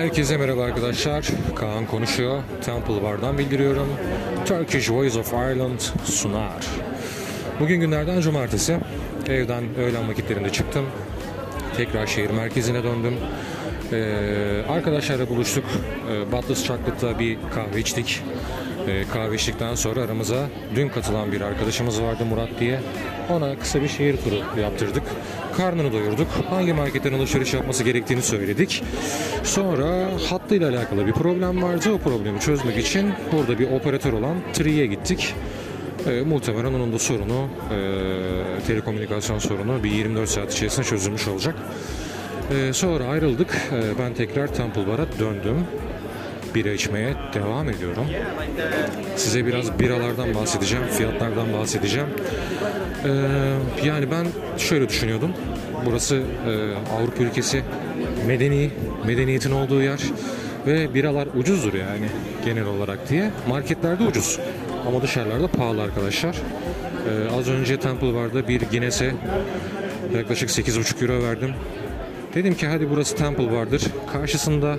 Herkese merhaba arkadaşlar. Kaan konuşuyor. Temple Bar'dan bildiriyorum. Turkish Voice of Ireland sunar. Bugün günlerden cumartesi. Evden öğlen vakitlerinde çıktım. Tekrar şehir merkezine döndüm. Arkadaşlarla buluştuk. Butler's Chocolate'da bir kahve içtik. Kahve içtikten sonra aramıza dün katılan bir arkadaşımız vardı, Murat diye. Ona kısa bir şehir turu yaptırdık. Karnını doyurduk. Hangi marketten alışveriş yapması gerektiğini söyledik. Sonra hattıyla alakalı bir problem vardı. O problemi çözmek için burada bir operatör olan Tri'ye gittik. Muhtemelen onun da sorunu, telekomünikasyon sorunu bir 24 saat içerisinde çözülmüş olacak. Sonra ayrıldık. Ben tekrar Temple Bar'a döndüm. Bira içmeye devam ediyorum. Size biraz biralardan bahsedeceğim, fiyatlardan bahsedeceğim. Yani ben şöyle düşünüyordum. Burası Avrupa ülkesi, medeniyetin olduğu yer ve biralar ucuzdur yani genel olarak diye. Marketlerde ucuz ama dışarılarda pahalı arkadaşlar. Az önce Temple Bar'da bir Guinness'e yaklaşık 8,5 euro verdim. Dedim ki hadi burası Temple Bar'dır. Karşısında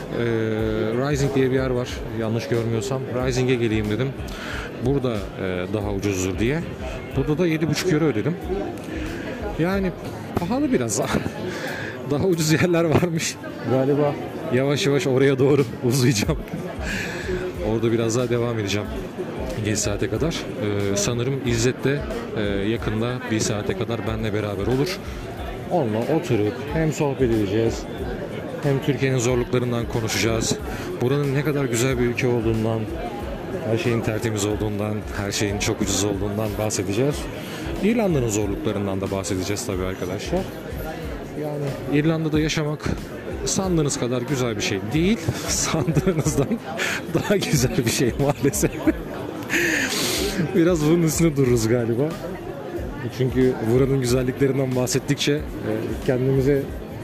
Rising diye bir yer var. Yanlış görmüyorsam. Rising'e geleyim dedim. Burada daha ucuzdur diye. Burada da 7,5 euro ödedim. Yani pahalı biraz. Daha ucuz yerler varmış. Galiba yavaş yavaş oraya doğru uzayacağım. Orada biraz daha devam edeceğim. Geç saate kadar. Sanırım İzzet de yakında bir saate kadar benimle beraber olur. Onunla oturup hem sohbet edeceğiz, hem Türkiye'nin zorluklarından konuşacağız. Buranın ne kadar güzel bir ülke olduğundan, her şeyin tertemiz olduğundan, her şeyin çok ucuz olduğundan bahsedeceğiz. İrlanda'nın zorluklarından da bahsedeceğiz tabii arkadaşlar. Yani İrlanda'da yaşamak sandığınız kadar güzel bir şey değil. Sandığınızdan daha güzel bir şey maalesef. Biraz bunun üstüne dururuz galiba. Çünkü buranın güzelliklerinden bahsettikçe kendimize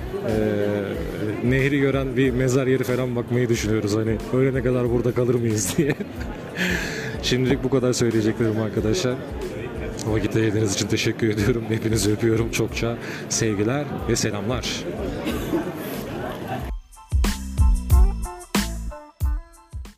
nehri gören bir mezar yeri falan bakmayı düşünüyoruz. Hani ölene kadar burada kalır mıyız diye. Şimdilik bu kadar söyleyeceklerim arkadaşlar. Vakit ayırdığınız için teşekkür ediyorum. Hepinizi öpüyorum çokça. Sevgiler ve selamlar.